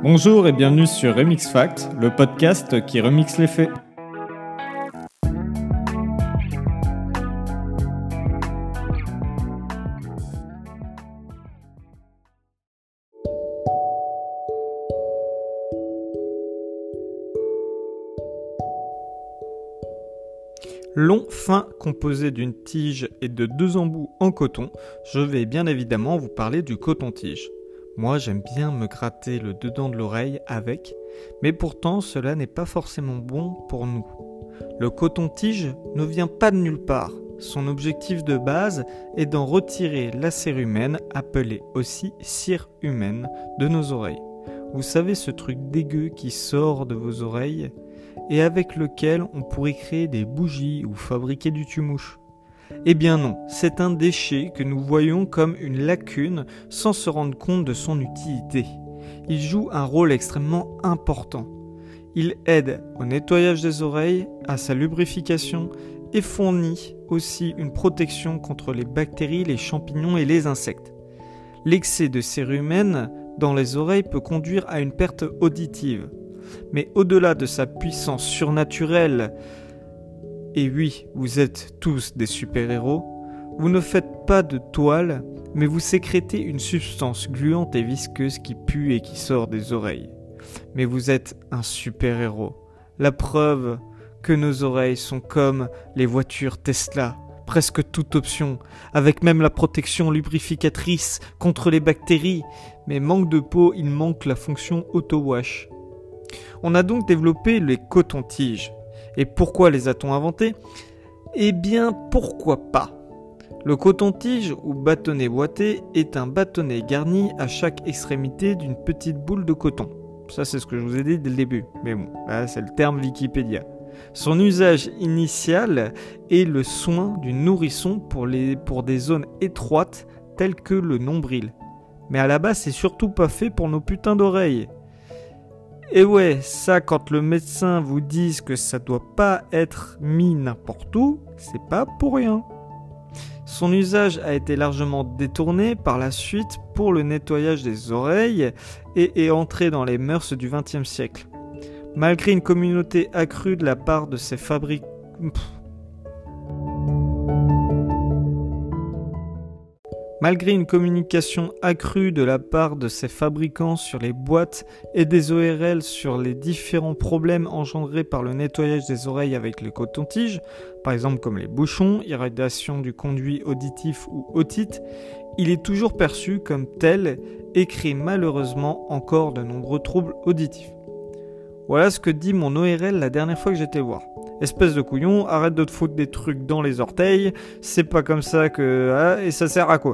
Bonjour et bienvenue sur Remix Fact, le podcast qui remixe les faits. Long, fin, composé d'une tige et de 2 embouts en coton, je vais bien évidemment vous parler du coton-tige. Moi, j'aime bien me gratter le dedans de l'oreille avec, mais pourtant cela n'est pas forcément bon pour nous. Le coton-tige ne vient pas de nulle part. Son objectif de base est d'en retirer la cérumen, appelée aussi cire humaine, de nos oreilles. Vous savez ce truc dégueu qui sort de vos oreilles et avec lequel on pourrait créer des bougies ou fabriquer du tue-mouche? Eh bien non, c'est un déchet que nous voyons comme une lacune sans se rendre compte de son utilité. Il joue un rôle extrêmement important. Il aide au nettoyage des oreilles, à sa lubrification et fournit aussi une protection contre les bactéries, les champignons et les insectes. L'excès de cérumen dans les oreilles peut conduire à une perte auditive. Mais au-delà de sa puissance surnaturelle, et oui, vous êtes tous des super-héros, vous ne faites pas de toile, mais vous sécrétez une substance gluante et visqueuse qui pue et qui sort des oreilles. Mais vous êtes un super-héros. La preuve que nos oreilles sont comme les voitures Tesla, presque toute option, avec même la protection lubrificatrice contre les bactéries, mais manque de peau, il manque la fonction auto-wash. On a donc développé les cotons-tiges. Et pourquoi les a-t-on inventés ? Eh bien, pourquoi pas ? Le coton-tige ou bâtonnet boîté est un bâtonnet garni à chaque extrémité d'une petite boule de coton. Ça, c'est ce que je vous ai dit dès le début. Mais bon, là, c'est le terme Wikipédia. Son usage initial est le soin du nourrisson pour des zones étroites telles que le nombril. Mais à la base, c'est surtout pas fait pour nos putains d'oreilles. Et ouais, ça, quand le médecin vous dit que ça doit pas être mis n'importe où, c'est pas pour rien. Son usage a été largement détourné par la suite pour le nettoyage des oreilles et est entré dans les mœurs du XXe siècle. Malgré une communauté accrue de la part de ses fabricants... Malgré une communication accrue de la part de ses fabricants sur les boîtes et des ORL sur les différents problèmes engendrés par le nettoyage des oreilles avec le coton-tige, par exemple comme les bouchons, irradiation du conduit auditif ou otite, il est toujours perçu comme tel et crée malheureusement encore de nombreux troubles auditifs. Voilà ce que dit mon ORL la dernière fois que j'étais voir. Espèce de couillon, arrête de te foutre des trucs dans les orteils, c'est pas comme ça que... Ah, et ça sert à quoi ?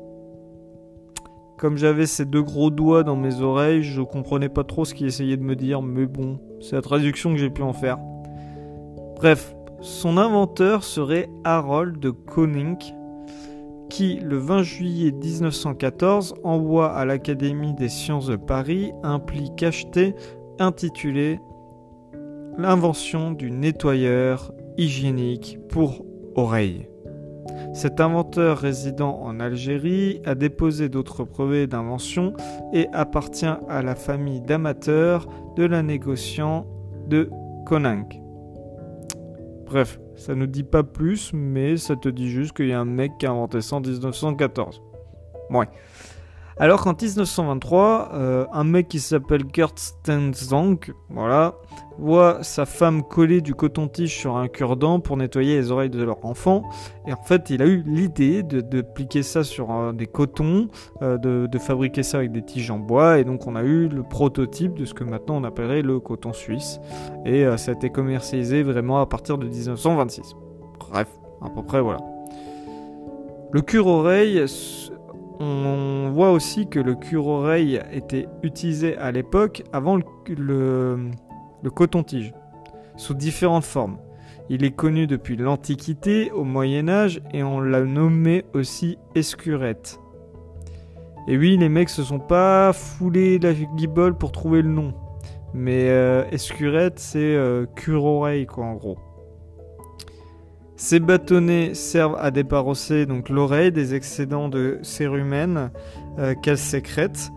Comme j'avais ces 2 gros doigts dans mes oreilles, je comprenais pas trop ce qu'il essayait de me dire, mais bon, c'est la traduction que j'ai pu en faire. Bref, son inventeur serait Harold de Koninck, qui, le 20 juillet 1914, envoie à l'Académie des sciences de Paris un pli cacheté intitulé « L'invention du nettoyeur hygiénique pour oreilles ». Cet inventeur résidant en Algérie a déposé d'autres brevets d'invention et appartient à la famille d'amateurs de la négociant de Koninck. Bref, ça ne dit pas plus, mais ça te dit juste qu'il y a un mec qui a inventé ça en 1914. Ouais. Alors qu'en 1923, un mec qui s'appelle Gert Stenzang, voilà, voit sa femme coller du coton-tige sur un cure-dent pour nettoyer les oreilles de leur enfant. Et en fait, il a eu l'idée de pliquer ça sur des cotons, de fabriquer ça avec des tiges en bois. Et donc, on a eu le prototype de ce que maintenant on appellerait le coton suisse. Et ça a été commercialisé vraiment à partir de 1926. Bref, à peu près, voilà. Le cure-oreille... On voit aussi que le cure-oreille était utilisé à l'époque avant le coton-tige, sous différentes formes. Il est connu depuis l'Antiquité, au Moyen-Âge, et on l'a nommé aussi escurette. Et oui, les mecs se sont pas foulés la guibole pour trouver le nom. Mais escurette, c'est cure-oreille, quoi, en gros. Ces bâtonnets servent à débarrasser donc l'oreille des excédents de cérumen qu'elle sécrète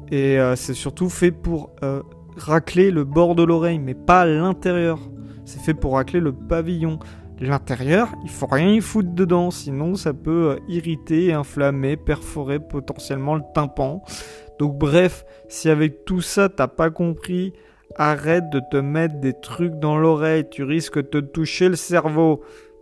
Et c'est surtout fait pour racler le bord de l'oreille, mais pas l'intérieur. C'est fait pour racler le pavillon. L'intérieur, il faut rien y foutre dedans, sinon ça peut irriter, inflammer, perforer potentiellement le tympan. Donc bref, si avec tout ça t'as pas compris, arrête de te mettre des trucs dans l'oreille, tu risques de te toucher le cerveau.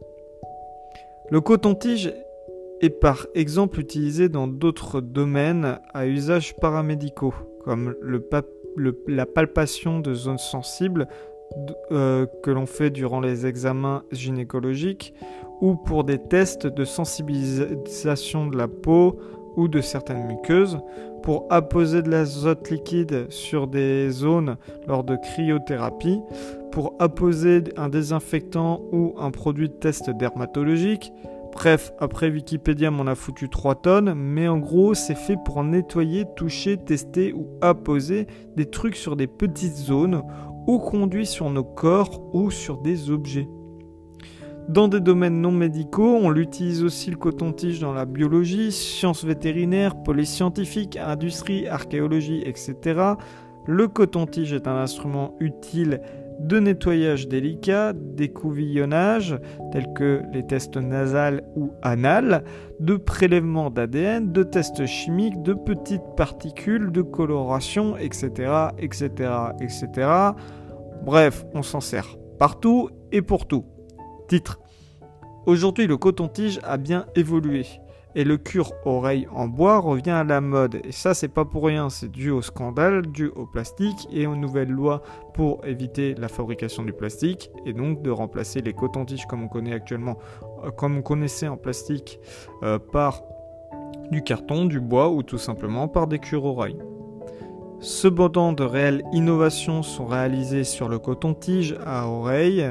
Le coton-tige est par exemple utilisé dans d'autres domaines à usage paramédicaux, comme la palpation de zones sensibles que l'on fait durant les examens gynécologiques ou pour des tests de sensibilisation de la peau ou de certaines muqueuses, pour apposer de l'azote liquide sur des zones lors de cryothérapie, pour apposer un désinfectant ou un produit de test dermatologique. Bref, après Wikipédia m'en a foutu 3 tonnes, mais en gros c'est fait pour nettoyer, toucher, tester ou apposer des trucs sur des petites zones ou conduits sur nos corps ou sur des objets. Dans des domaines non médicaux, on l'utilise aussi le coton-tige dans la biologie, sciences vétérinaires, police scientifique, industrie, archéologie, etc. Le coton-tige est un instrument utile de nettoyage délicat, d'écouvillonnage, tels que les tests nasales ou anal, de prélèvement d'ADN, de tests chimiques, de petites particules, de coloration, etc., etc., etc. Bref, on s'en sert partout et pour tout. Titre. Aujourd'hui, le coton-tige a bien évolué et le cure-oreille en bois revient à la mode. Et ça, c'est pas pour rien, c'est dû au scandale, dû au plastique et aux nouvelles lois pour éviter la fabrication du plastique et donc de remplacer les cotons-tiges comme on connaît actuellement, comme on connaissait en plastique, par du carton, du bois ou tout simplement par des cure-oreilles. Cependant, de réelles innovations sont réalisées sur le coton-tige à oreille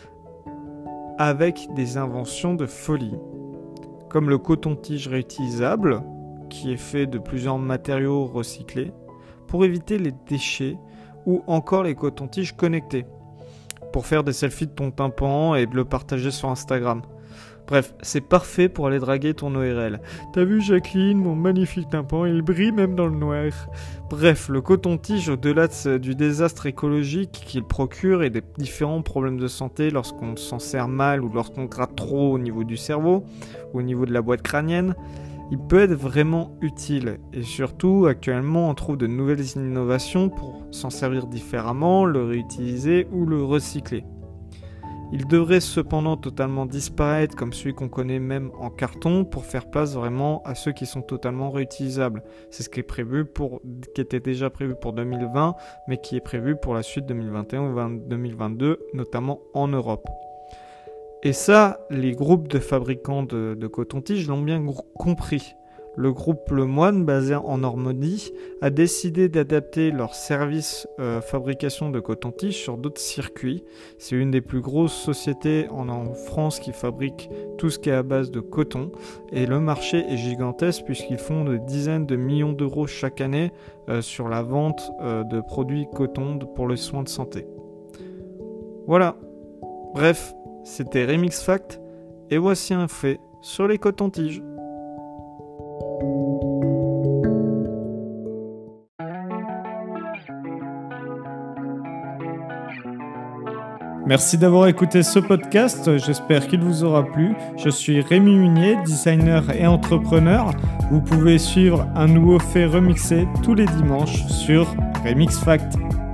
avec des inventions de folie, comme le coton-tige réutilisable, qui est fait de plusieurs matériaux recyclés, pour éviter les déchets, ou encore les cotons-tiges connectés, pour faire des selfies de ton tympan et le partager sur Instagram. Bref, c'est parfait pour aller draguer ton ORL. T'as vu Jacqueline, mon magnifique tympan, il brille même dans le noir. Bref, le coton-tige, au-delà du désastre écologique qu'il procure et des différents problèmes de santé lorsqu'on s'en sert mal ou lorsqu'on gratte trop au niveau du cerveau ou au niveau de la boîte crânienne, il peut être vraiment utile. Et surtout, actuellement, on trouve de nouvelles innovations pour s'en servir différemment, le réutiliser ou le recycler. Il devrait cependant totalement disparaître comme celui qu'on connaît même en carton pour faire place vraiment à ceux qui sont totalement réutilisables. C'est ce qui était déjà prévu pour 2020 mais qui est prévu pour la suite 2021 ou 2022 notamment en Europe. Et ça, les groupes de fabricants de coton-tige l'ont bien compris. Le groupe Le Moine, basé en Normandie, a décidé d'adapter leur service fabrication de coton-tige sur d'autres circuits. C'est une des plus grosses sociétés en France qui fabrique tout ce qui est à base de coton. Et le marché est gigantesque puisqu'ils font des dizaines de millions d'euros chaque année sur la vente de produits coton pour les soins de santé. Voilà. Bref, c'était Remix Fact. Et voici un fait sur les cotons-tiges. Merci d'avoir écouté ce podcast, j'espère qu'il vous aura plu. Je suis Rémi Munier, designer et entrepreneur. Vous pouvez suivre un nouveau fait remixé tous les dimanches sur Remix Fact.